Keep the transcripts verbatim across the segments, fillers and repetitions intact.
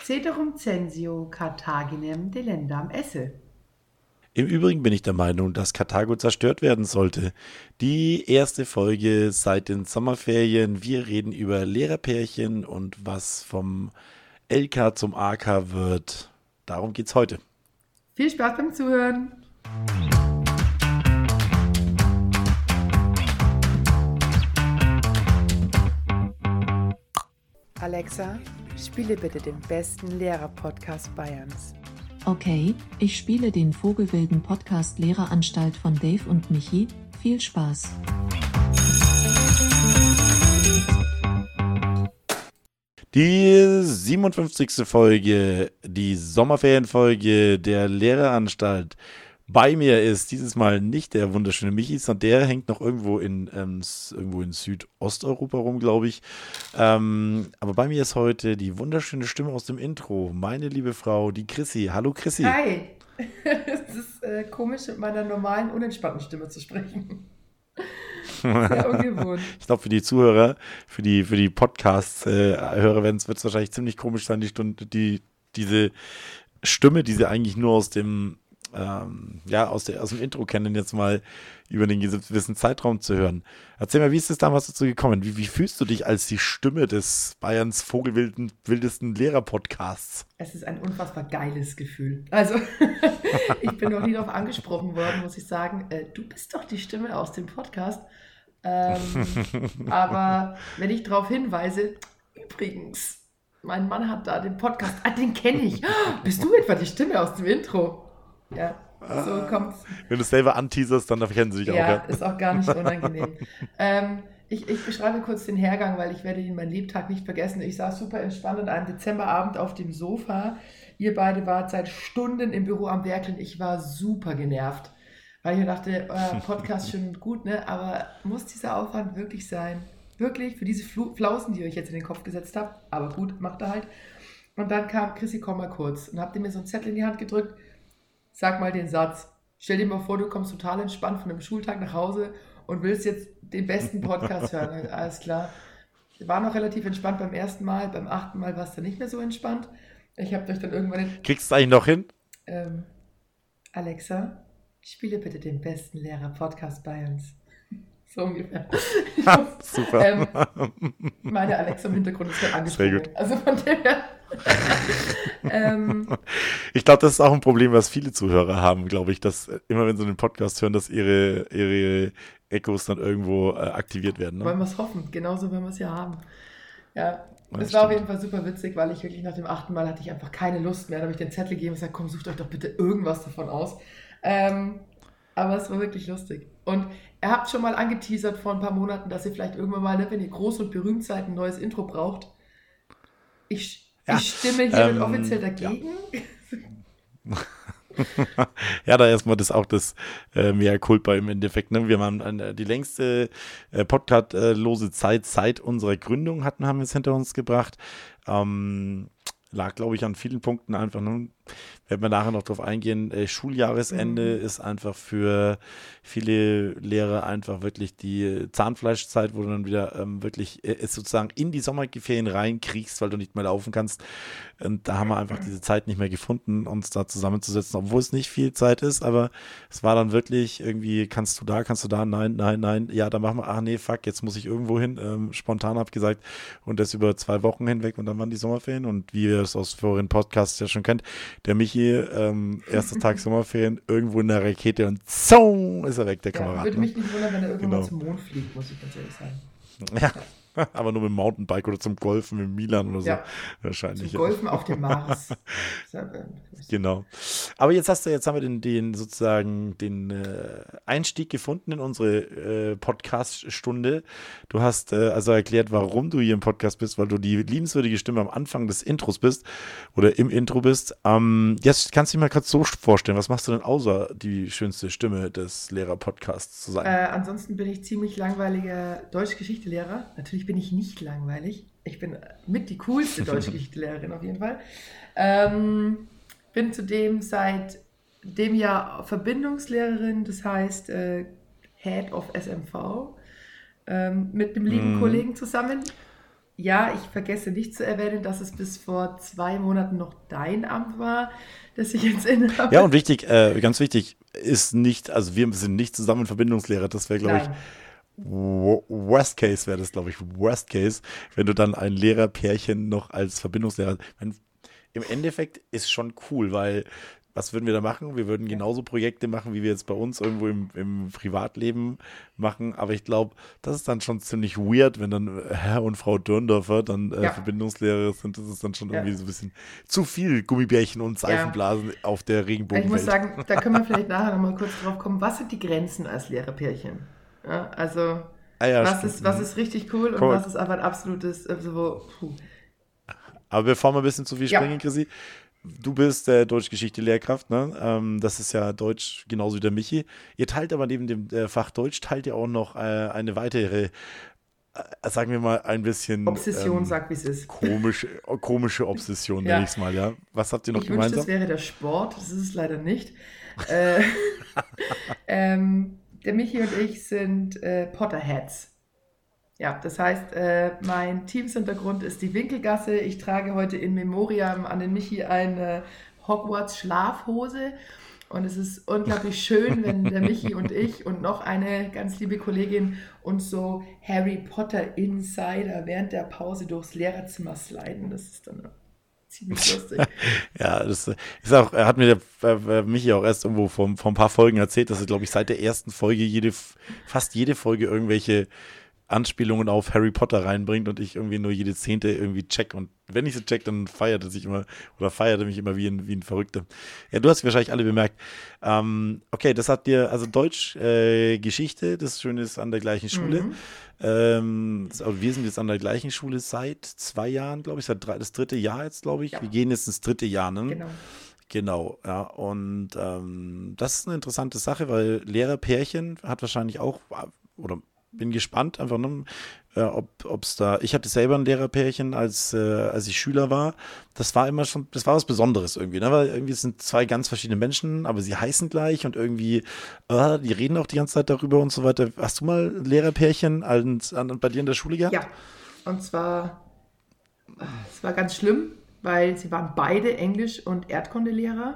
Ceterum censeo Carthaginem delendam esse. Im Übrigen bin ich der Meinung, dass Karthago zerstört werden sollte. Die erste Folge seit den Sommerferien. Wir reden über Lehrerpärchen und was vom L K zum A K wird. Darum geht's heute. Viel Spaß beim Zuhören. Alexa, spiele bitte den besten Lehrer-Podcast Bayerns. Okay, ich spiele den vogelwilden Podcast Lehreranstalt von Dave und Michi. Viel Spaß. Die siebenundfünfzigste Folge, die Sommerferienfolge der Lehreranstalt. Bei mir ist dieses Mal nicht der wunderschöne Michi, sondern der hängt noch irgendwo in, ähm, irgendwo in Südosteuropa rum, glaube ich. Ähm, aber bei mir ist heute die wunderschöne Stimme aus dem Intro, meine liebe Frau, die Chrissy. Hallo Chrissy. Hi. Es ist äh, komisch, mit meiner normalen, unentspannten Stimme zu sprechen. Sehr ungewohnt. Ich glaube, für die Zuhörer, für die, für die Podcast-Hörer wird es wahrscheinlich ziemlich komisch sein, die Stunde, die, diese Stimme, die sie eigentlich nur aus dem Ähm, ja, aus, der, aus dem Intro kennen, jetzt mal über den gewissen Zeitraum zu hören. Erzähl mal, wie ist es damals dazu gekommen? Wie, wie fühlst du dich als die Stimme des Bayerns vogelwilden, wildesten Lehrer-Podcasts? Es ist ein unfassbar geiles Gefühl. Also, ich bin noch nie darauf angesprochen worden, muss ich sagen. Äh, du bist doch die Stimme aus dem Podcast. Ähm, aber wenn ich darauf hinweise, übrigens, mein Mann hat da den Podcast, ah, den kenne ich. Bist du etwa die Stimme aus dem Intro? Ja, so kommt's. Wenn du es selber anteaserst, dann erkennen sie dich ja, auch. Ja, ist auch gar nicht unangenehm. ähm, ich, ich beschreibe kurz den Hergang, weil ich werde ihn meinen Lebtag nicht vergessen. Ich saß super entspannt an einem Dezemberabend auf dem Sofa. Ihr beide wart seit Stunden im Büro am Werkeln. Ich war super genervt, weil ich mir dachte, euer Podcast schon gut, ne? Aber muss dieser Aufwand wirklich sein? Wirklich? Für diese Fl- Flausen, die ihr euch jetzt in den Kopf gesetzt habt? Aber gut, macht er halt. Und dann kam Chrissy, komm mal kurz. Und habt ihr mir so einen Zettel in die Hand gedrückt. Sag mal den Satz. Stell dir mal vor, du kommst total entspannt von einem Schultag nach Hause und willst jetzt den besten Podcast hören. Alles klar. Ich war noch relativ entspannt beim ersten Mal. Beim achten Mal war es dann nicht mehr so entspannt. Ich habe euch dann irgendwann... Kriegst du eigentlich noch hin? Ähm, Alexa, spiele bitte den besten Lehrer-Podcast Bayerns. So ungefähr. Super. ähm, meine Alexa im Hintergrund ist gerade angesprungen. Sehr gut. Also von dem her... ähm, ich glaube, das ist auch ein Problem, was viele Zuhörer haben, glaube ich, dass immer, wenn sie einen Podcast hören, dass ihre, ihre Echos dann irgendwo äh, aktiviert werden. Ne? Wollen wir es hoffen, genauso wollen wir es ja haben. Ja, es ja, war auf jeden Fall super witzig, weil ich wirklich nach dem achten Mal hatte ich einfach keine Lust mehr. Da habe ich den Zettel gegeben und gesagt, komm, sucht euch doch bitte irgendwas davon aus. Ähm, aber es war wirklich lustig. Und ihr habt schon mal angeteasert vor ein paar Monaten, dass ihr vielleicht irgendwann mal, ne, wenn ihr groß und berühmt seid, ein neues Intro braucht. Ich Ja, Ich stimme hiermit ähm, offiziell dagegen. Ja. Ja, da erstmal das auch das äh, Mea Culpa im Endeffekt. Ne? Wir haben eine, die längste äh, podcastlose Zeit seit unserer Gründung hatten, haben wir es hinter uns gebracht. Ähm, lag, glaube ich, an vielen Punkten einfach. Ne? Werden wir nachher noch drauf eingehen. Äh, Schuljahresende mhm. ist einfach für viele Lehrer einfach wirklich die Zahnfleischzeit, wo du dann wieder ähm, wirklich äh, sozusagen in die Sommerferien reinkriegst, weil du nicht mehr laufen kannst. Und da haben wir einfach diese Zeit nicht mehr gefunden, uns da zusammenzusetzen, obwohl es nicht viel Zeit ist, aber es war dann wirklich irgendwie, kannst du da, kannst du da, nein, nein, nein, ja, dann machen wir, ach nee, fuck, jetzt muss ich irgendwo hin, ähm, spontan abgesagt und das über zwei Wochen hinweg und dann waren die Sommerferien und wie ihr es aus vorigen Podcasts ja schon kennt, der Michi, ähm, erster Tag Sommerferien, irgendwo in der Rakete und so ist er weg, der Ja, Kamerad. würde ne? mich nicht wundern, wenn er irgendwann Genau. mal zum Mond fliegt, muss ich ganz ehrlich sagen. Ja. Aber nur mit dem Mountainbike oder zum Golfen mit Milan oder so. Ja. Wahrscheinlich. Zum Golfen auf dem Mars. Genau. Aber jetzt hast du, jetzt haben wir den, den sozusagen den äh, Einstieg gefunden in unsere äh, Podcast-Stunde. Du hast äh, also erklärt, warum du hier im Podcast bist, weil du die liebenswürdige Stimme am Anfang des Intros bist oder im Intro bist. Ähm, jetzt kannst du dir mal gerade so vorstellen, was machst du denn außer die schönste Stimme des Lehrer-Podcasts zu sein? Äh, ansonsten bin ich ziemlich langweiliger Deutsch-Geschichte-Lehrer. Natürlich bin ich nicht langweilig. Ich bin mit die coolste Deutsch-Geschichte-Lehrerin auf jeden Fall. Ähm, bin zudem seit dem Jahr Verbindungslehrerin, das heißt äh, Head of S M V, ähm, mit einem lieben mm. Kollegen zusammen. ja, ich vergesse nicht zu erwähnen, dass es bis vor zwei Monaten noch dein Amt war, das ich jetzt innehabe. Ja, und wichtig, äh, ganz wichtig, ist nicht, also wir sind nicht zusammen Verbindungslehrer, das wäre, glaube ich, Nein. wo- Worst Case wäre das, glaube ich, Worst Case, wenn du dann ein Lehrerpärchen noch als Verbindungslehrer, wenn, im Endeffekt ist schon cool, weil was würden wir da machen? Wir würden genauso Projekte machen, wie wir jetzt bei uns irgendwo im, im Privatleben machen. Aber ich glaube, das ist dann schon ziemlich weird, wenn dann Herr und Frau Dörndorfer dann äh, Ja. Verbindungslehrer sind. Das ist dann schon Ja. irgendwie so ein bisschen zu viel Gummibärchen und Seifenblasen auf der Ich Regenbogenwelt. muss sagen, da können wir vielleicht nachher nochmal kurz drauf kommen. Was sind die Grenzen als Lehrerpärchen? Ja, also, ah, ja, was, stimmt. ist, was ist richtig cool und Komm. was ist aber ein absolutes, also, wo, puh. Aber bevor wir ein bisschen zu viel Ja. springen, Chrissy, du bist äh, Deutschgeschichte-Lehrkraft, ne? Ähm, das ist ja Deutsch genauso wie der Michi. Ihr teilt aber neben dem äh, Fach Deutsch, teilt ihr auch noch äh, eine weitere, äh, sagen wir mal, ein bisschen Obsession, ähm, sag wie es ist. komische, komische Obsession, Ja. nenne ich es mal, ja. Was habt ihr noch Ich wünschte, gemeinsam? es wäre der Sport, das ist es leider nicht. äh, ähm, der Michi und ich sind äh, Potterheads. Ja, das heißt, äh, mein Teamshintergrund ist die Winkelgasse. Ich trage heute in Memoriam an den Michi eine Hogwarts-Schlafhose. Und es ist unglaublich schön, wenn der Michi und ich und noch eine ganz liebe Kollegin uns so Harry Potter Insider während der Pause durchs Lehrerzimmer sliden. Das ist dann ziemlich lustig. Ja, das ist auch, er hat mir der äh, Michi auch erst irgendwo vor, vor ein paar Folgen erzählt, dass er, glaube ich, seit der ersten Folge jede, fast jede Folge irgendwelche Anspielungen auf Harry Potter reinbringt und ich irgendwie nur jede zehnte irgendwie check. Und wenn ich sie check, dann feiert er sich immer oder feiert er mich immer wie ein, wie ein Verrückter. Ja, du hast sie wahrscheinlich alle bemerkt. Ähm, okay, das hat dir, also Deutsch, äh, Geschichte, das Schöne ist an der gleichen Schule. Mhm. Ähm, also wir sind jetzt an der gleichen Schule seit zwei Jahren, glaube ich, seit drei, das dritte Jahr jetzt, glaube ich. Ja. Wir gehen jetzt ins dritte Jahr, ne? Genau. Genau, ja, und ähm, das ist eine interessante Sache, weil Lehrerpärchen hat wahrscheinlich auch, oder bin gespannt, einfach nur, äh, ob es da, ich hatte selber ein Lehrerpärchen, als, äh, als ich Schüler war, das war immer schon, das war was Besonderes irgendwie, ne? Weil irgendwie es sind zwei ganz verschiedene Menschen, aber sie heißen gleich und irgendwie, äh, die reden auch die ganze Zeit darüber und so weiter. Hast du mal ein Lehrerpärchen an, an, bei dir in der Schule gehabt? Ja, und zwar, es war ganz schlimm, weil sie waren beide Englisch- und Erdkundelehrer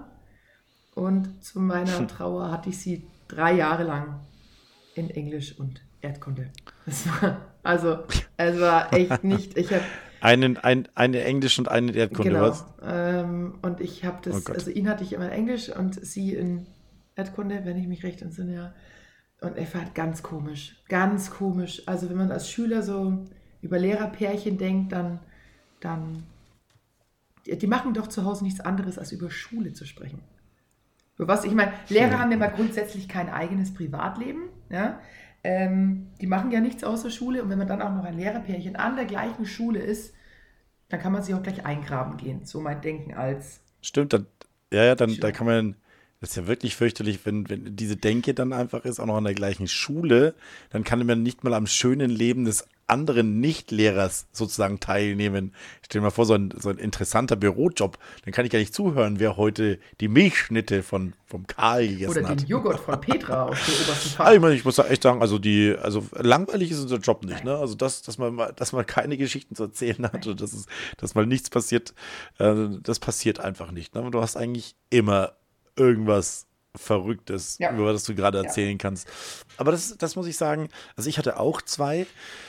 und zu meiner Trauer hatte ich sie drei Jahre lang in Englisch und Erdkunde. Das war, also, es war echt nicht, ich habe Einen, ein, eine Englisch und eine Erdkunde, genau, was? ähm, und ich habe das, Oh Gott. also ihn hatte ich immer in Englisch und sie in Erdkunde, wenn ich mich recht entsinne, ja. Und er war halt ganz komisch, ganz komisch. Also wenn man als Schüler so über Lehrerpärchen denkt, dann, dann, die, die machen doch zu Hause nichts anderes, als über Schule zu sprechen. Für was, ich meine, Lehrer haben ja mal grundsätzlich kein eigenes Privatleben, ja. Ähm, die machen ja nichts außer Schule und wenn man dann auch noch ein Lehrerpärchen an der gleichen Schule ist, dann kann man sich auch gleich eingraben gehen. So mein Denken als Stimmt, dann, ja, ja, dann da Schüler. kann man, das ist ja wirklich fürchterlich, wenn, wenn diese Denke dann einfach ist, auch noch an der gleichen Schule, dann kann man nicht mal am schönen Leben des anderen Nicht-Lehrers sozusagen teilnehmen. Stell dir mal vor, so ein, so ein interessanter Bürojob, dann kann ich gar nicht zuhören, wer heute die Milchschnitte von, vom Karl gegessen oder hat. den Joghurt von Petra aus der obersten Ah, ich, Fach. meine, ich muss da echt sagen, also die, also langweilig ist unser Job nicht, ne? Also das, dass man mal, dass man keine Geschichten zu erzählen hat oder dass es, dass mal nichts passiert, äh, das passiert einfach nicht. Ne? Aber du hast eigentlich immer irgendwas Verrücktes, Ja. über das du gerade Ja. erzählen kannst. Aber das, das muss ich sagen, also ich hatte auch zwei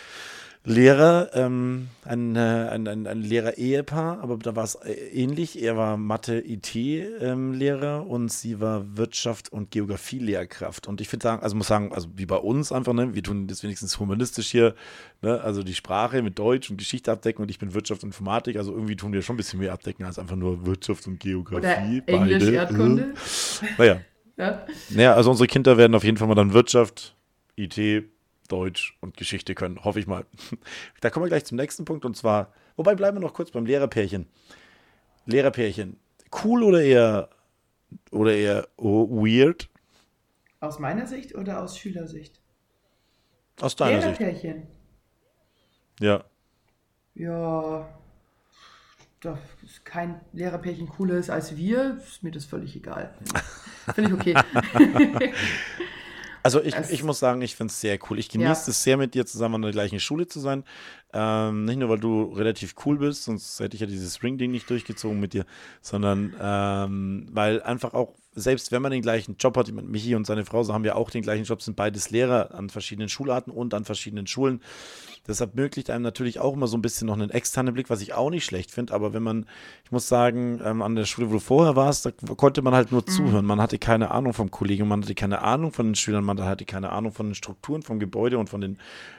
Lehrer, ähm, ein, äh, ein, ein, ein Lehrer-Ehepaar, aber da war es äh, ähnlich. Er war Mathe-I T-Lehrer ähm, und sie war Wirtschaft- und Geografie-Lehrkraft. Und ich finde sagen, also muss sagen, also wie bei uns einfach, ne, wir tun das wenigstens humanistisch hier, ne, also die Sprache mit Deutsch und Geschichte abdecken und ich bin Wirtschaft und Informatik, also irgendwie tun wir schon ein bisschen mehr abdecken als einfach nur Wirtschaft und Geografie. Oder Englisch, beide. Erdkunde. Äh. Naja, Ja. naja, also unsere Kinder werden auf jeden Fall mal dann Wirtschaft, I T, Deutsch und Geschichte können, hoffe ich mal. Da kommen wir gleich zum nächsten Punkt und zwar, wobei bleiben wir noch kurz beim Lehrerpärchen. Lehrerpärchen, cool oder eher oder eher oh, weird? Aus meiner Sicht oder aus Schülersicht? Aus deiner Sicht. Lehrerpärchen. Ja. Ja, da ist kein Lehrerpärchen cooler ist als wir, ist mir das völlig egal. Finde ich okay. Also ich, Es, ich muss sagen, ich finde es sehr cool. Ich ja. genieße es sehr, mit dir zusammen an der gleichen Schule zu sein. Ähm, nicht nur, weil du relativ cool bist, sonst hätte ich ja dieses Ring-Ding nicht durchgezogen mit dir, sondern ähm, weil einfach auch, selbst wenn man den gleichen Job hat, mit Michi und seine Frau, so haben wir auch den gleichen Job, sind beides Lehrer an verschiedenen Schularten und an verschiedenen Schulen. Deshalb ermöglicht einem natürlich auch immer so ein bisschen noch einen externen Blick, was ich auch nicht schlecht finde. Aber wenn man, ich muss sagen, ähm, an der Schule, wo du vorher warst, da konnte man halt nur Mhm. zuhören. Man hatte keine Ahnung vom Kollegium, man hatte keine Ahnung von den Schülern, man hatte keine Ahnung von den Strukturen, vom Gebäude und von den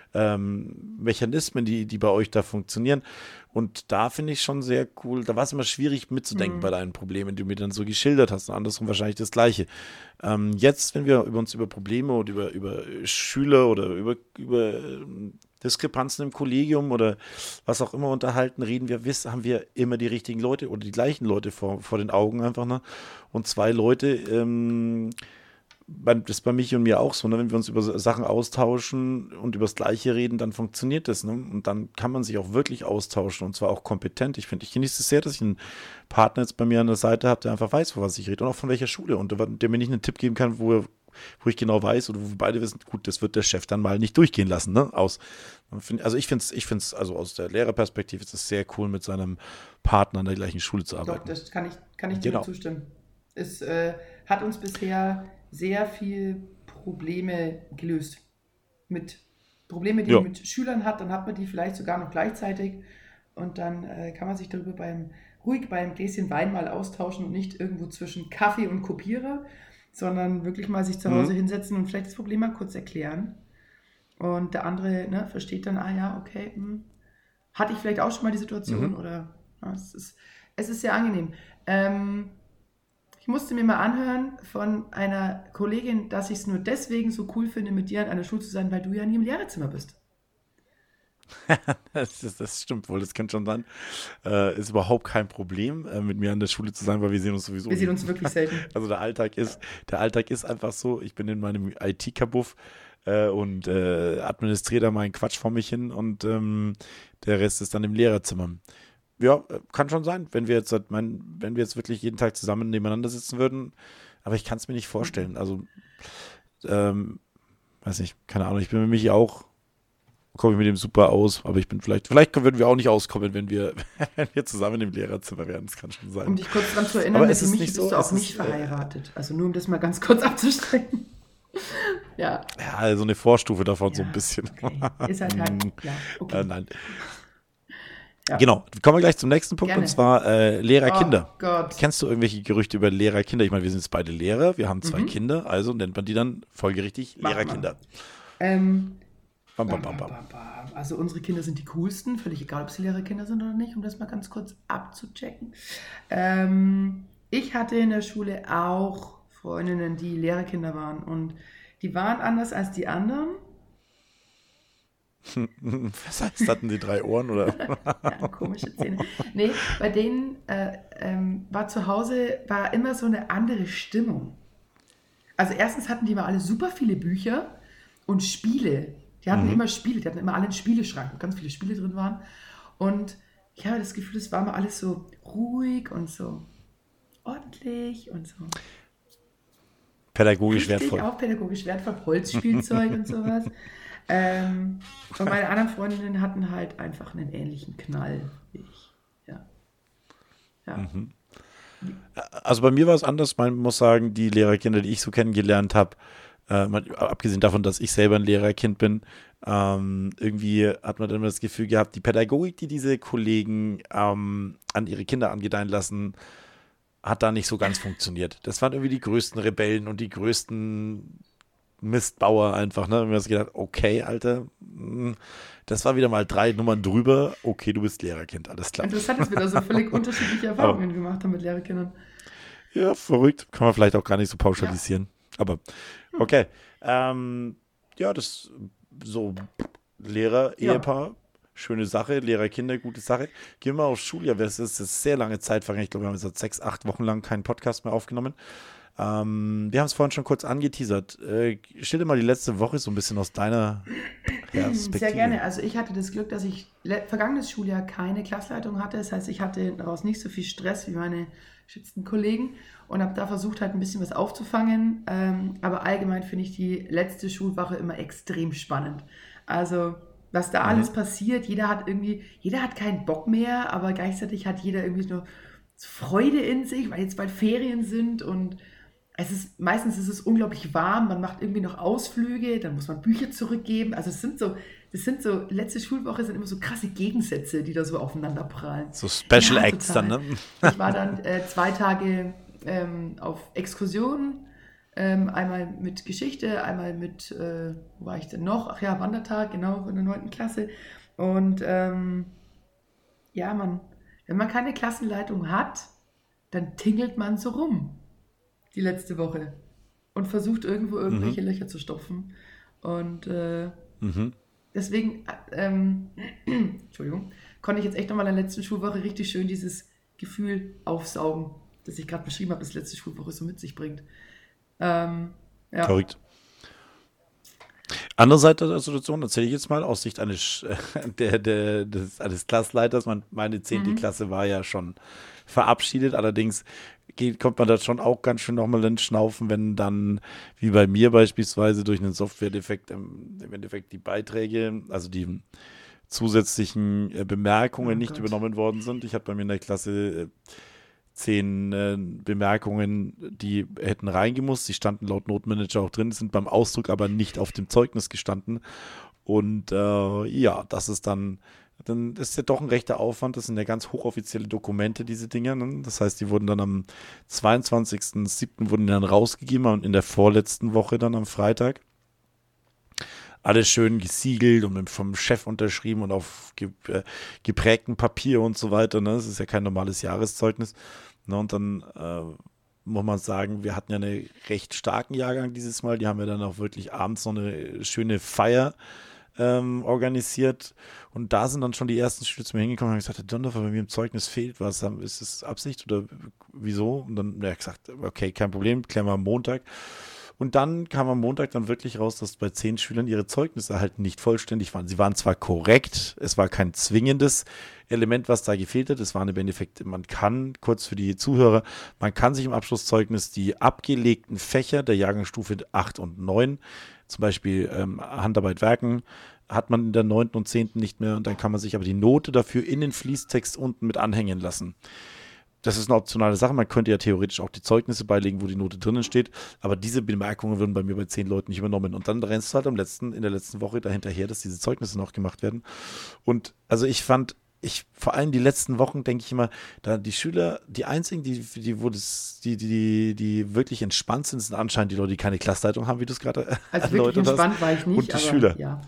ähm, Mechanismen, die, die bei euch da funktionieren. Und da finde ich schon sehr cool. Da war es immer schwierig mitzudenken bei Mhm. deinen Problemen, die du mir dann so geschildert hast. Und andersrum wahrscheinlich das Gleiche. Ähm, jetzt, wenn wir über uns über Probleme oder über, über Schüler oder über, über ähm, Diskrepanzen im Kollegium oder was auch immer unterhalten, reden wir, wiss, haben wir immer die richtigen Leute oder die gleichen Leute vor, vor den Augen einfach, ne? Und zwei Leute, ähm, bei, das ist bei Michi und mir auch so, ne? Wenn wir uns über so Sachen austauschen und über das Gleiche reden, dann funktioniert das, ne? Und dann kann man sich auch wirklich austauschen und zwar auch kompetent. Ich finde, ich genieße es sehr, dass ich einen Partner jetzt bei mir an der Seite habe, der einfach weiß, von was ich rede und auch von welcher Schule und der, der mir nicht einen Tipp geben kann, wo er wo ich genau weiß oder wo wir beide wissen, gut, das wird der Chef dann mal nicht durchgehen lassen, ne? Aus, also ich finde es, ich finde es, also aus der Lehrerperspektive ist es sehr cool, mit seinem Partner an der gleichen Schule zu Doch, arbeiten. das kann ich, kann ich dir nur Genau. zustimmen. Es äh, hat uns bisher sehr viel Probleme gelöst. Mit Probleme, die Ja. man mit Schülern hat, dann hat man die vielleicht sogar noch gleichzeitig und dann äh, kann man sich darüber beim ruhig beim Gläschen Wein mal austauschen und nicht irgendwo zwischen Kaffee und Kopierer, sondern wirklich mal sich zu Hause Mhm. hinsetzen und vielleicht das Problem mal kurz erklären. Und der andere, ne, versteht dann, ah ja, okay, hm, hatte ich vielleicht auch schon mal die Situation Mhm. oder ja, es ist, es ist sehr angenehm. Ähm, ich musste mir mal anhören von einer Kollegin, dass ich es nur deswegen so cool finde, mit dir an einer Schule zu sein, weil du ja nie im Lehrerzimmer bist. Das, ist, das stimmt wohl, das kann schon sein. Äh, ist überhaupt kein Problem, äh, mit mir an der Schule zu sein, weil wir sehen uns sowieso Wir sehen nie. uns wirklich selten. Also der Alltag ist, der Alltag ist einfach so, ich bin in meinem I T-Kabuff äh, und äh, administriere da meinen Quatsch vor mich hin und ähm, der Rest ist dann im Lehrerzimmer. Ja, äh, kann schon sein, wenn wir jetzt, seit mein, wenn wir jetzt wirklich jeden Tag zusammen nebeneinander sitzen würden, aber ich kann es mir nicht vorstellen. Also, ähm, weiß nicht, keine Ahnung, ich bin mit Michi auch, komme ich mit dem super aus, aber ich bin vielleicht, vielleicht würden wir auch nicht auskommen, wenn wir, wenn wir zusammen im Lehrerzimmer wären, das kann schon sein. Um dich kurz daran zu erinnern, Aber mit es dem ist Michi nicht bist so, du auch es nicht ist, äh, verheiratet. Also nur um das mal ganz kurz abzustrecken. Ja, ja, also eine Vorstufe davon so ein ja, bisschen. okay. Ist halt halt, Mm, ja, äh, okay. nein. Ja, Genau, kommen wir gleich zum nächsten Punkt und gerne. zwar äh, Oh Lehrer-Kinder. Gott. Kennst du irgendwelche Gerüchte über Lehrer-Kinder? Ich meine, wir sind jetzt beide Lehrer, wir haben zwei Mhm. Kinder, also nennt man die dann folgerichtig Mach mal. Lehrer-Kinder. Ähm, Bam, bam, bam, bam, bam, bam. bam, bam. Also unsere Kinder sind die coolsten, völlig egal, ob sie Lehrerkinder sind oder nicht, um das mal ganz kurz abzuchecken. Ähm, ich hatte in der Schule auch Freundinnen, die Lehrerkinder waren und die waren anders als die anderen. Was heißt, hatten die drei Ohren oder? Ja, komische Zähne. Nee, bei denen äh, ähm, war zu Hause war immer so eine andere Stimmung. Also erstens hatten die immer alle super viele Bücher und Spiele. Die hatten Mhm. immer Spiele, die hatten immer alle einen Spieleschrank, wo ganz viele Spiele drin waren. Und ich habe das Gefühl, es war immer alles so ruhig und so ordentlich und so Pädagogisch richtig wertvoll. auch pädagogisch wertvoll, Holzspielzeug und sowas. Ähm, und meine anderen Freundinnen hatten halt einfach einen ähnlichen Knall wie ich. Ja. Ja. Mhm. Also bei mir war es anders. Man muss sagen, die Lehrerkinder, die ich so kennengelernt habe, äh, mal- abgesehen davon, dass ich selber ein Lehrerkind bin, ähm, irgendwie hat man dann immer das Gefühl gehabt, die Pädagogik, die diese Kollegen ähm, an ihre Kinder angedeihen lassen, hat da nicht so ganz funktioniert. Das waren irgendwie die größten Rebellen und die größten Mistbauer einfach, ne? Und wir haben uns gedacht, okay, Alter, mh, das war wieder mal drei Nummern drüber. Okay, du bist Lehrerkind, alles klar. Interessant, dass wir da so völlig unterschiedliche Erfahrungen gemacht haben mit Lehrerkindern. Ja, verrückt. Kann man vielleicht auch gar nicht so pauschalisieren. Aber okay. Ähm, ja, das so Lehrer, Ja. Ehepaar, schöne Sache. Lehrer, Kinder, gute Sache. Gehen wir aufs Schuljahr. Das ist eine sehr lange Zeit vergangen. Ich glaube, wir haben jetzt seit sechs, acht Wochen lang keinen Podcast mehr aufgenommen. Ähm, wir haben es vorhin schon kurz angeteasert. Äh, stell dir mal die letzte Woche so ein bisschen aus deiner Perspektive. Sehr gerne. Also ich hatte das Glück, dass ich le- vergangenes Schuljahr keine Klassleitung hatte. Das heißt, ich hatte daraus nicht so viel Stress wie meine geschätzten Kollegen und habe da versucht, halt ein bisschen was aufzufangen. Ähm, aber allgemein finde ich die letzte Schulwoche immer extrem spannend. Also was da alles Mhm. passiert, jeder hat irgendwie, jeder hat keinen Bock mehr, aber gleichzeitig hat jeder irgendwie nur Freude in sich, weil jetzt bald Ferien sind und es ist, meistens ist es unglaublich warm, man macht irgendwie noch Ausflüge, dann muss man Bücher zurückgeben. Also es sind so, das sind so, letzte Schulwoche sind immer so krasse Gegensätze, die da so aufeinander prallen. So Special Ja, Acts total. dann, ne? Ich war dann äh, zwei Tage ähm, auf Exkursionen, ähm, einmal mit Geschichte, einmal mit, äh, wo war ich denn noch? Ach ja, Wandertag, genau, in der neunten Klasse. Und ähm, ja, man, wenn man keine Klassenleitung hat, dann tingelt man so rum die letzte Woche und versucht irgendwo irgendwelche Mhm. Löcher zu stopfen. Und äh, Mhm. deswegen, äh, ähm, Entschuldigung, konnte ich jetzt echt nochmal in der letzten Schulwoche richtig schön dieses Gefühl aufsaugen, das ich gerade beschrieben habe, das letzte Schulwoche so mit sich bringt. Ähm, ja, Verrückt. Andere Seite der Situation erzähle ich jetzt mal aus Sicht eines, der, der, des, eines Klassleiters. Man, meine zehnte Mhm. Klasse war ja schon verabschiedet. Allerdings geht, kommt man da schon auch ganz schön nochmal ins Schnaufen, wenn dann, wie bei mir beispielsweise, durch einen Software-Defekt im, im Endeffekt die Beiträge, also die zusätzlichen äh, Bemerkungen Oh nicht Gott. übernommen worden sind. Ich hatte bei mir in der Klasse äh, zehn äh, Bemerkungen, die hätten reingemusst. Die standen laut Notenmanager auch drin, sind beim Ausdruck aber nicht auf dem Zeugnis gestanden. Und äh, ja, das ist dann, dann ist ja doch ein rechter Aufwand. Das sind ja ganz hochoffizielle Dokumente, diese Dinge. Ne? Das heißt, die wurden dann am zweiundzwanzigsten siebten wurden die dann rausgegeben und in der vorletzten Woche dann am Freitag. Alles schön gesiegelt und mit, vom Chef unterschrieben und auf ge, äh, geprägtem Papier und so weiter. Ne? Das ist ja kein normales Jahreszeugnis. Ne? Und dann äh, muss man sagen, wir hatten ja einen recht starken Jahrgang dieses Mal. Die haben ja dann auch wirklich abends noch eine schöne Feier ähm, organisiert. Und da sind dann schon die ersten Schüler zu mir hingekommen und haben gesagt, Herr Dondorfer, bei mir im Zeugnis fehlt was. Ist das Absicht oder wieso? Und dann hat er gesagt, okay, kein Problem, klären wir am Montag. Und dann kam am Montag dann wirklich raus, dass bei zehn Schülern ihre Zeugnisse halt nicht vollständig waren. Sie waren zwar korrekt, es war kein zwingendes Element, was da gefehlt hat. Es waren im Endeffekt, man kann, kurz für die Zuhörer, man kann sich im Abschlusszeugnis die abgelegten Fächer der Jahrgangsstufe acht und neun, zum Beispiel ähm, Handarbeit Werken, hat man in der neunten und zehnten nicht mehr. Und dann kann man sich aber die Note dafür in den Fließtext unten mit anhängen lassen. Das ist eine optionale Sache. Man könnte ja theoretisch auch die Zeugnisse beilegen, wo die Note drinnen steht. Aber diese Bemerkungen würden bei mir bei zehn Leuten nicht übernommen. Und dann rennst du halt am letzten, in der letzten Woche dahinterher, dass diese Zeugnisse noch gemacht werden. Und also ich fand, ich, vor allem die letzten Wochen denke ich immer, da die Schüler, die einzigen, die, die, wo das, die, die, die wirklich entspannt sind, sind anscheinend die Leute, die keine Klassleitung haben, wie du es gerade Also wirklich erläutert hast. entspannt war ich nicht, Und die aber Schüler. ja.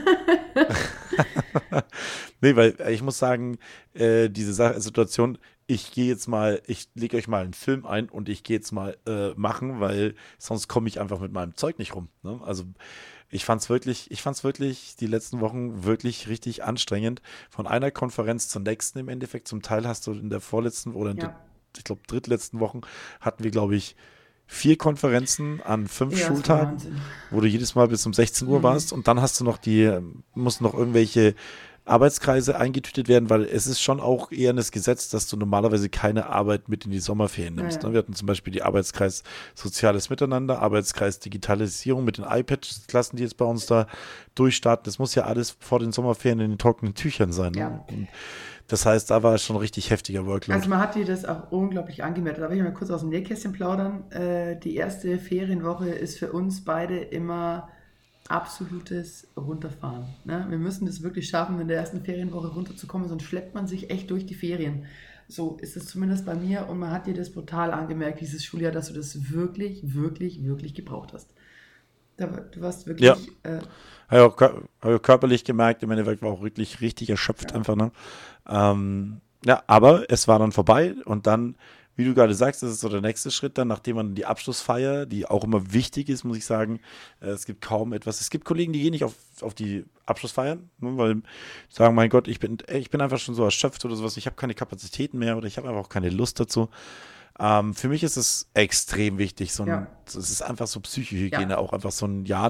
Nee, weil ich muss sagen, äh, diese Sa- Situation, ich gehe jetzt mal, ich lege euch mal einen Film ein und ich gehe jetzt mal äh, machen, weil sonst komme ich einfach mit meinem Zeug nicht rum. Ne? Also ich fand es wirklich, ich fand es wirklich die letzten Wochen wirklich richtig anstrengend. Von einer Konferenz zur nächsten im Endeffekt. Zum Teil hast du in der vorletzten oder in der, Ja. ich glaube, drittletzten Wochen hatten wir, glaube ich, vier Konferenzen an fünf Ja, das war Schultagen, Wahnsinn. wo du jedes Mal bis um sechzehn Uhr Mhm. warst und dann hast du noch die, ähm, mussten noch irgendwelche Arbeitskreise eingetütet werden, weil es ist schon auch eher das Gesetz, dass du normalerweise keine Arbeit mit in die Sommerferien nimmst. Ja, ja. Ne? Wir hatten zum Beispiel die Arbeitskreis Soziales Miteinander, Arbeitskreis Digitalisierung mit den iPad-Klassen, die jetzt bei uns da durchstarten. Das muss ja alles vor den Sommerferien in den trockenen Tüchern sein. Ne? Ja. Und das heißt, da war es schon richtig heftiger Workload. Also man hat dir das auch unglaublich angemerkt. Da will ich mal kurz aus dem Nähkästchen plaudern. Äh, die erste Ferienwoche ist für uns beide immer absolutes Runterfahren. Ne? Wir müssen das wirklich schaffen, in der ersten Ferienwoche runterzukommen, sonst schleppt man sich echt durch die Ferien. So ist es zumindest bei mir und man hat dir das brutal angemerkt, dieses Schuljahr, dass du das wirklich, wirklich, wirklich gebraucht hast. Da, du warst wirklich... Ja. Äh, Habe ich auch kör- hab ich auch körperlich gemerkt, im Endeffekt war auch wirklich richtig erschöpft Ja. einfach. Ne? Ähm, ja, aber es war dann vorbei und dann, wie du gerade sagst, das ist so der nächste Schritt dann, nachdem man die Abschlussfeier, die auch immer wichtig ist, muss ich sagen, äh, es gibt kaum etwas, es gibt Kollegen, die gehen nicht auf, auf die Abschlussfeiern, ne, weil die sagen, mein Gott, ich bin, ey, ich bin einfach schon so erschöpft oder sowas, ich habe keine Kapazitäten mehr oder ich habe einfach auch keine Lust dazu. Ähm, für mich ist es extrem wichtig, so ein, Ja. es ist einfach so Psychohygiene, Ja. auch einfach so ein Jahr dann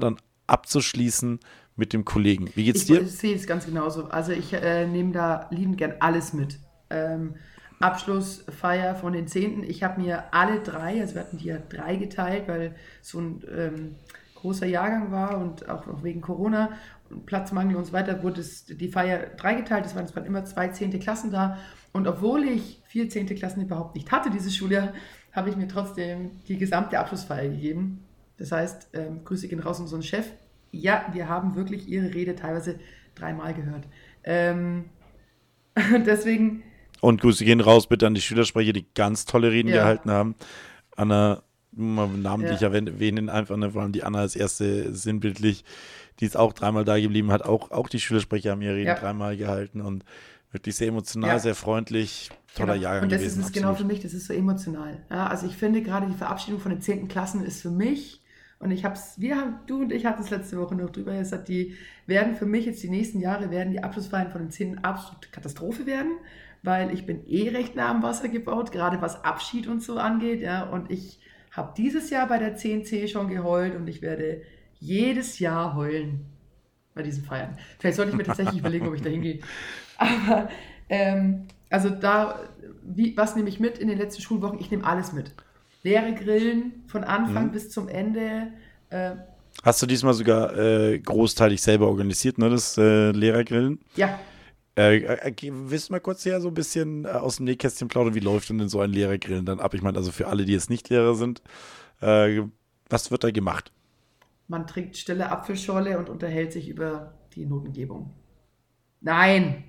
abzuschließen mit dem Kollegen. Wie geht's Ich, dir? ich sehe es ganz genauso. Also ich äh, nehme da liebend gern alles mit. Ähm, Abschlussfeier von den Zehnten. Ich habe mir alle drei, also wir hatten die ja drei geteilt, weil so ein ähm, großer Jahrgang war und auch noch wegen Corona und Platzmangel und so weiter, wurde es, die Feier dreigeteilt. Es waren, es waren immer zwei zehnte Klassen da. Und obwohl ich vier zehnte Klassen überhaupt nicht hatte dieses Schuljahr, habe ich mir trotzdem die gesamte Abschlussfeier gegeben. Das heißt, ähm, Grüße gehen raus an unseren Chef. Ja, wir haben wirklich ihre Rede teilweise dreimal gehört. Ähm, deswegen... Und Grüße gehen raus bitte an die Schülersprecher, die ganz tolle Reden Ja. gehalten haben. Anna, mal namentlich Ja. erwähnen einfach, ne, vor allem die Anna als erste sinnbildlich, die ist auch dreimal da geblieben, hat auch, auch die Schülersprecher haben ihre Reden Ja. dreimal gehalten und wirklich sehr emotional, Ja. sehr freundlich, toller Genau. Jahrgang Und das gewesen. ist es genau für absolut. mich, das ist so emotional. Ja, also ich finde gerade die Verabschiedung von den zehnten Klassen ist für mich, und ich habe es, wir haben, du und ich hatten es letzte Woche noch drüber gesagt, die werden für mich jetzt die nächsten Jahre, werden die Abschlussfeiern von den zehnten absolute Katastrophe werden, weil ich bin eh recht nah am Wasser gebaut, gerade was Abschied und so angeht, ja, und ich habe dieses Jahr bei der zehn C schon geheult und ich werde jedes Jahr heulen bei diesen Feiern. Vielleicht sollte ich mir tatsächlich überlegen, ob ich da hingehe. Aber, ähm, also da, wie, was nehme ich mit in den letzten Schulwochen? Ich nehme alles mit. Leere Grillen von Anfang Mhm. bis zum Ende. Äh, Hast du diesmal sogar äh, großteilig selber organisiert, ne, das äh, Lehrergrillen? ja, Äh, äh, willst du mal kurz hier so ein bisschen äh, aus dem Nähkästchen plaudern, wie läuft denn so ein Lehrergrillen dann ab? Ich meine, also für alle, die jetzt nicht Lehrer sind, äh, was wird da gemacht? man trinkt stille Apfelschorle und unterhält sich über die Notengebung. Nein!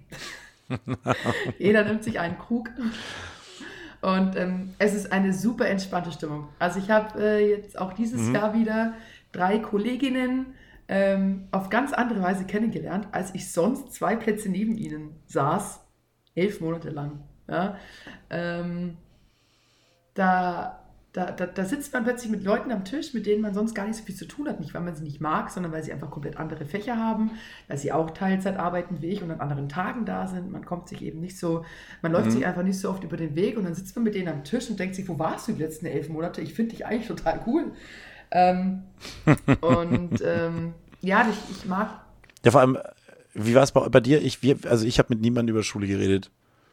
Jeder nimmt sich einen Krug. Und ähm, es ist eine super entspannte Stimmung. Also ich habe äh, jetzt auch dieses Mhm. Jahr wieder drei Kolleginnen ähm, auf ganz andere Weise kennengelernt, als ich sonst zwei Plätze neben ihnen saß, elf Monate lang. Ja? Ähm, da, da, da, da sitzt man plötzlich mit Leuten am Tisch, mit denen man sonst gar nicht so viel zu tun hat. Nicht, weil man sie nicht mag, sondern weil sie einfach komplett andere Fächer haben, weil sie auch Teilzeit arbeiten wie ich und an anderen Tagen da sind. Man kommt sich eben nicht so, man läuft Mhm. sich einfach nicht so oft über den Weg und dann sitzt man mit denen am Tisch und denkt sich, wo warst du die letzten elf Monate? Ich finde dich eigentlich total cool. Ähm, und ähm, ja, ich, ich mag. Ja, vor allem, wie war es bei, bei dir? Ich, wir, also ich habe mit niemandem über Schule geredet.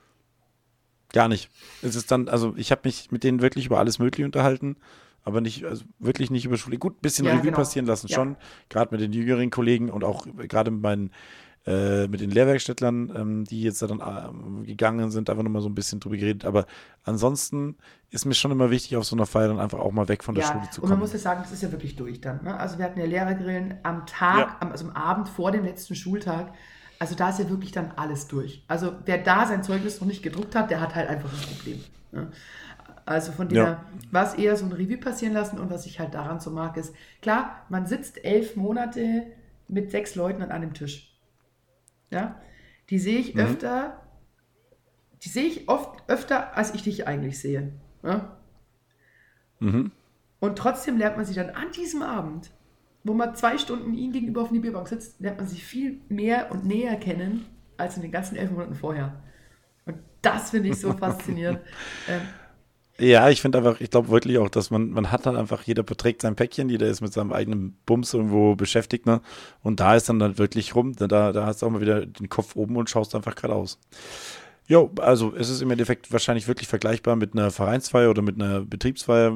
Gar nicht. Es ist dann, also ich habe mich mit denen wirklich über alles Mögliche unterhalten, aber nicht, also wirklich nicht über Schule. Gut, ein bisschen Ja, Revue genau. passieren lassen Ja. schon, gerade mit den jüngeren Kollegen und auch gerade mit meinen, äh, mit den Lehrwerkstättlern, ähm, die jetzt da dann ähm, gegangen sind, einfach nochmal so ein bisschen drüber geredet. Aber ansonsten ist mir schon immer wichtig, auf so einer Feier dann einfach auch mal weg von der Ja, Schule zu und man kommen. muss ja sagen, das ist ja wirklich durch dann. Ne? Also wir hatten ja Lehrergrillen am Tag, Ja. am, also am Abend vor dem letzten Schultag. Also da ist ja wirklich dann alles durch. Also wer da sein Zeugnis noch nicht gedruckt hat, der hat halt einfach ein Problem. Ne? Also von dem Ja. her, was eher so ein Revue passieren lassen und was ich halt daran so mag, ist, klar, man sitzt elf Monate mit sechs Leuten an einem Tisch. Ja? Die sehe ich Mhm. öfter, die sehe ich oft öfter, als ich dich eigentlich sehe. Ja? Mhm. Und trotzdem lernt man sie dann an diesem Abend, wo man zwei Stunden ihnen gegenüber auf der Bierbank sitzt, lernt man sie viel mehr und näher kennen, als in den ganzen elf Monaten vorher. Und das finde ich so faszinierend. Ähm, Ja, ich finde einfach, ich glaube wirklich auch, dass man, man hat dann einfach, jeder beträgt sein Päckchen, jeder ist mit seinem eigenen Bums irgendwo beschäftigt, ne? Und da ist dann dann wirklich rum, da, da hast du auch mal wieder den Kopf oben und schaust einfach geradeaus. Jo, also es ist im Endeffekt wahrscheinlich wirklich vergleichbar mit einer Vereinsfeier oder mit einer Betriebsfeier.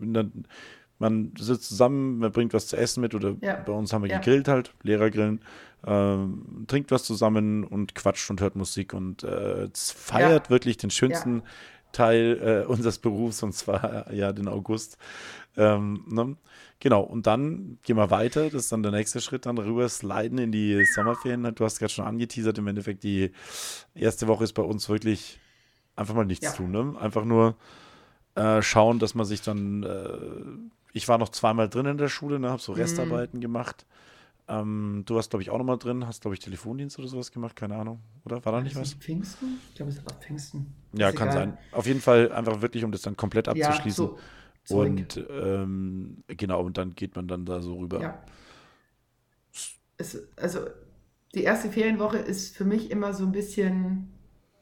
Man sitzt zusammen, man bringt was zu essen mit oder Ja. bei uns haben wir Ja. gegrillt halt, Lehrergrillen, ähm, trinkt was zusammen und quatscht und hört Musik und äh, es feiert wirklich den schönsten Teil äh, unseres Berufs und zwar äh, ja den August. Ähm, ne? Genau, und dann gehen wir weiter, das ist dann der nächste Schritt, dann rüber sliden in die Sommerferien. Du hast gerade schon angeteasert, im Endeffekt die erste Woche ist bei uns wirklich einfach mal nichts Ja. tun, ne? Einfach nur äh, schauen, dass man sich dann, äh, ich war noch zweimal drin in der Schule, ne, habe so Mhm. Restarbeiten gemacht. Ähm, du warst, glaube ich, auch nochmal drin, hast, glaube ich, Telefondienst oder sowas gemacht, keine Ahnung, oder? War da nicht ist was? es Pfingsten? Ich glaube, es war Pfingsten. Ja, Ist kann egal. sein. Auf jeden Fall einfach wirklich, um das dann komplett Ja, abzuschließen. so Zeug. Und ähm, genau, und dann geht man dann da so rüber. Ja. Es, also die erste Ferienwoche ist für mich immer so ein bisschen,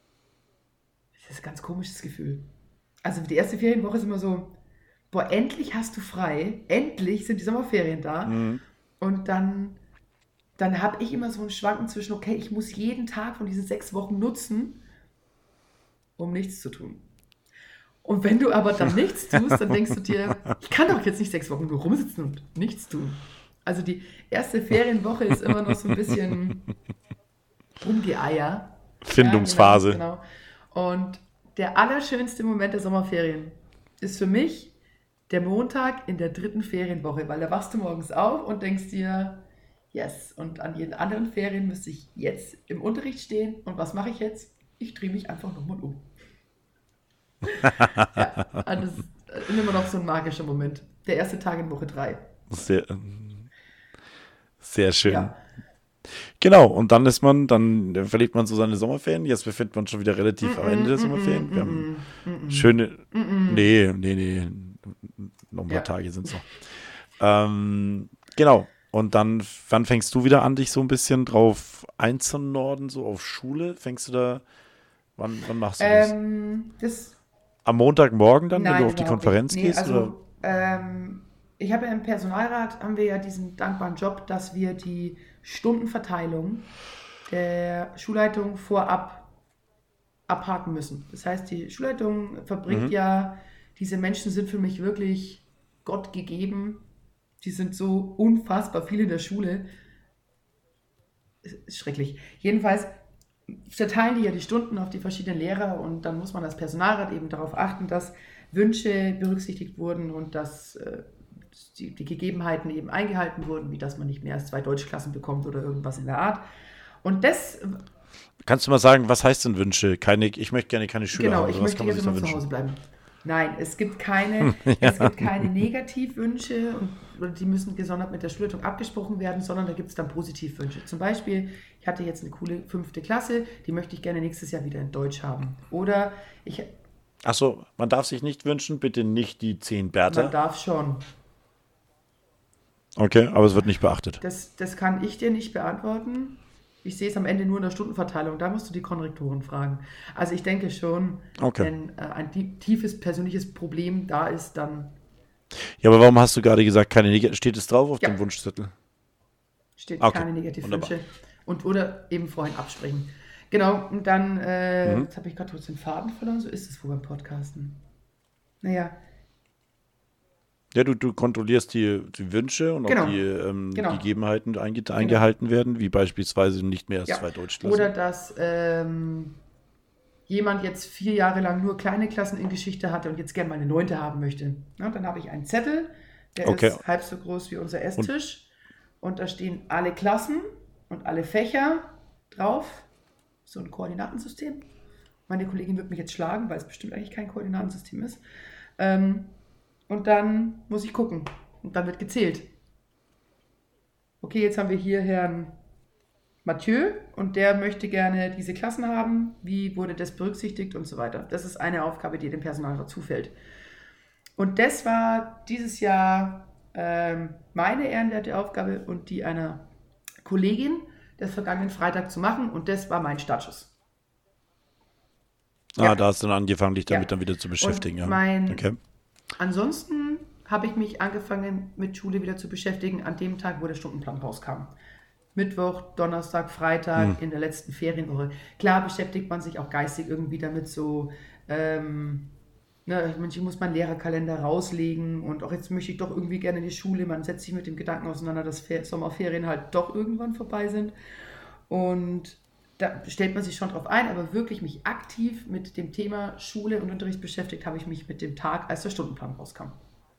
das ist ein ganz komisches Gefühl. Also die erste Ferienwoche ist immer so, boah, endlich hast du frei, endlich sind die Sommerferien da. Mhm. Und dann, dann habe ich immer so ein Schwanken zwischen, okay, ich muss jeden Tag von diesen sechs Wochen nutzen, um nichts zu tun. Und wenn du aber dann nichts tust, dann denkst du dir, ich kann doch jetzt nicht sechs Wochen nur rumsitzen und nichts tun. Also die erste Ferienwoche ist immer noch so ein bisschen Rumgeeier. Findungsphase. Ja, genau, genau. Und der allerschönste Moment der Sommerferien ist für mich der Montag in der dritten Ferienwoche, weil da wachst du morgens auf und denkst dir, yes, und an jeden anderen Ferien müsste ich jetzt im Unterricht stehen. Und was mache ich jetzt? Ich drehe mich einfach nochmal um. Ja, also das ist immer noch so ein magischer Moment. Der erste Tag in Woche drei. Sehr, sehr schön. Ja. Genau, und dann ist man, dann verlegt man so seine Sommerferien. Jetzt befindet man schon wieder relativ Mm-mm, am Ende der mm-mm, Sommerferien. Wir mm-mm, haben mm-mm. schöne, Mm-mm. nee, nee, nee, noch ein paar Ja. Tage sind es noch. Ähm, genau, und dann, wann fängst du wieder an, dich so ein bisschen drauf einzunorden, so auf Schule? Fängst du da, wann, wann machst du das? Ähm, das Am Montagmorgen dann, wenn Nein, du auf die überhaupt Konferenz nicht. Nee, gehst? Oder? also ähm, ich habe ja im Personalrat, haben wir ja diesen dankbaren Job, dass wir die Stundenverteilung der Schulleitung vorab abhaken müssen. Das heißt, die Schulleitung verbringt Mhm. ja, diese Menschen sind für mich wirklich Gott gegeben. Die sind so unfassbar viel in der Schule. Ist schrecklich. Jedenfalls verteilen die ja die Stunden auf die verschiedenen Lehrer und dann muss man als Personalrat eben darauf achten, dass Wünsche berücksichtigt wurden und dass äh, die, die Gegebenheiten eben eingehalten wurden, wie dass man nicht mehr als zwei Deutschklassen bekommt oder irgendwas in der Art. Und das, Kannst du mal sagen, was heißt denn Wünsche? Keine, ich möchte gerne keine Schüler genau, haben. ich Oder was möchte kann man jetzt sich da immer zu wünschen? Hause bleiben. Nein, es gibt keine, es gibt keine Negativwünsche und oder die müssen gesondert mit der Schulleitung abgesprochen werden, sondern da gibt es dann Positivwünsche. Zum Beispiel, ich hatte jetzt eine coole fünfte Klasse, die möchte ich gerne nächstes Jahr wieder in Deutsch haben. Oder ich, Achso, man darf sich nicht wünschen, bitte nicht die zehn man Bertha. darf schon. Okay, aber es wird nicht beachtet. Das, das kann ich dir nicht beantworten. Ich sehe es am Ende nur in der Stundenverteilung. Da musst du die Konrektoren fragen. Also ich denke schon, Okay. wenn äh, ein tie- tiefes persönliches Problem da ist, dann Ja, aber warum hast du gerade gesagt, keine Neg steht es drauf auf Ja. dem Wunschzettel? steht Okay, keine Negativwünsche. Und oder eben vorhin absprechen. Genau, und dann, äh, Mhm. jetzt habe ich gerade kurz den Faden verloren. So ist es wohl beim Podcasten. Naja, Ja, du, du kontrollierst die, die Wünsche und Genau. ob die ähm, Genau. Gegebenheiten einge eingehalten werden, wie beispielsweise nicht mehr als Ja. zwei Deutschklassen. oder dass ähm, jemand jetzt vier Jahre lang nur kleine Klassen in Geschichte hatte und jetzt gerne mal eine neunte haben möchte. Ja, dann habe ich einen Zettel, der Okay. ist halb so groß wie unser Esstisch und, da stehen alle Klassen und alle Fächer drauf. So ein Koordinatensystem. Meine Kollegin wird mich jetzt schlagen, weil es bestimmt eigentlich kein Koordinatensystem ist. Ähm, und dann muss ich gucken. Und dann wird gezählt. Okay, jetzt haben wir hier Herrn Mathieu und der möchte gerne diese Klassen haben. Wie wurde das berücksichtigt und so weiter. Das ist eine Aufgabe, die dem Personalrat zufällt. Und das war dieses Jahr ähm, meine ehrenwerte Aufgabe und die einer Kollegin, das vergangenen Freitag zu machen. Und das war mein Startschuss. ah, ja. da hast du dann angefangen, dich damit Ja. dann wieder zu beschäftigen. Und Ja. mein- Okay. Ansonsten habe ich mich angefangen, mit Schule wieder zu beschäftigen, an dem Tag, wo der Stundenplan rauskam. Mittwoch, Donnerstag, Freitag in der letzten Ferienwoche. Klar beschäftigt man sich auch geistig irgendwie damit so, ähm, ne, Mensch, ich muss meinen Lehrerkalender rauslegen und auch jetzt möchte ich doch irgendwie gerne in die Schule. Man setzt sich mit dem Gedanken auseinander, dass Fer Sommerferien halt doch irgendwann vorbei sind. Und da stellt man sich schon drauf ein, aber wirklich mich aktiv mit dem Thema Schule und Unterricht beschäftigt, habe ich mich mit dem Tag, als der Stundenplan rauskam.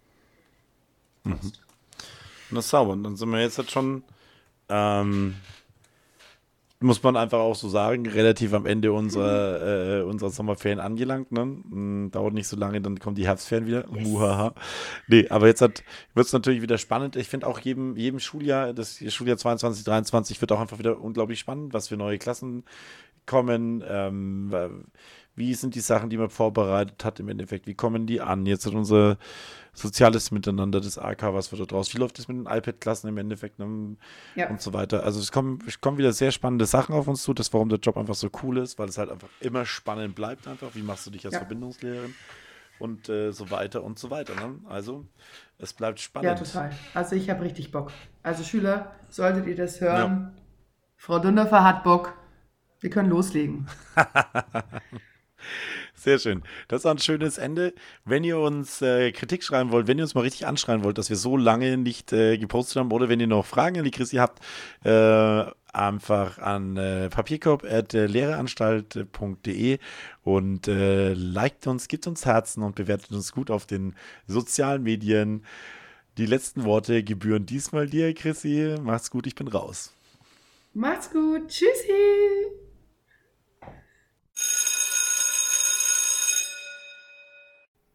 Na sauber, und dann sind wir jetzt halt schon, ähm, muss man einfach auch so sagen, relativ am Ende unserer, äh, unserer Sommerferien angelangt. Ne? Mm, dauert nicht so lange, dann kommen die Herbstferien wieder. Yes. Muhaha. Nee, aber jetzt wird es natürlich wieder spannend. Ich finde auch jedem, jedem Schuljahr, das Schuljahr zweiundzwanzig, dreiundzwanzig wird auch einfach wieder unglaublich spannend, was für neue Klassen kommen. Ähm, wie sind die Sachen, die man vorbereitet hat im Endeffekt? Wie kommen die an? Jetzt hat unser soziales Miteinander, das A K, was wird da draus? Wie läuft es mit den iPad-Klassen im Endeffekt, ne? Ja. Und so weiter. Also es kommen, es kommen wieder sehr spannende Sachen auf uns zu, das warum der Job einfach so cool ist, weil es halt einfach immer spannend bleibt einfach. Wie machst du dich als Ja. Verbindungslehrerin? und äh, so weiter und so weiter. Ne? Also es bleibt spannend. Ja, total. Also ich habe richtig Bock. Also Schüler, solltet ihr das hören, ja. Frau Dundorfer hat Bock. Wir können loslegen. Sehr schön. Das war ein schönes Ende. Wenn ihr uns äh, Kritik schreiben wollt, wenn ihr uns mal richtig anschreien wollt, dass wir so lange nicht äh, gepostet haben, oder wenn ihr noch Fragen an die Chrissy habt, äh, einfach an äh, papierkorb at lehreranstalt punkt de und äh, liked uns, gibt uns Herzen und bewertet uns gut auf den sozialen Medien. Die letzten Worte gebühren diesmal dir, Chrissy. Macht's gut, ich bin raus. Macht's gut. Tschüssi.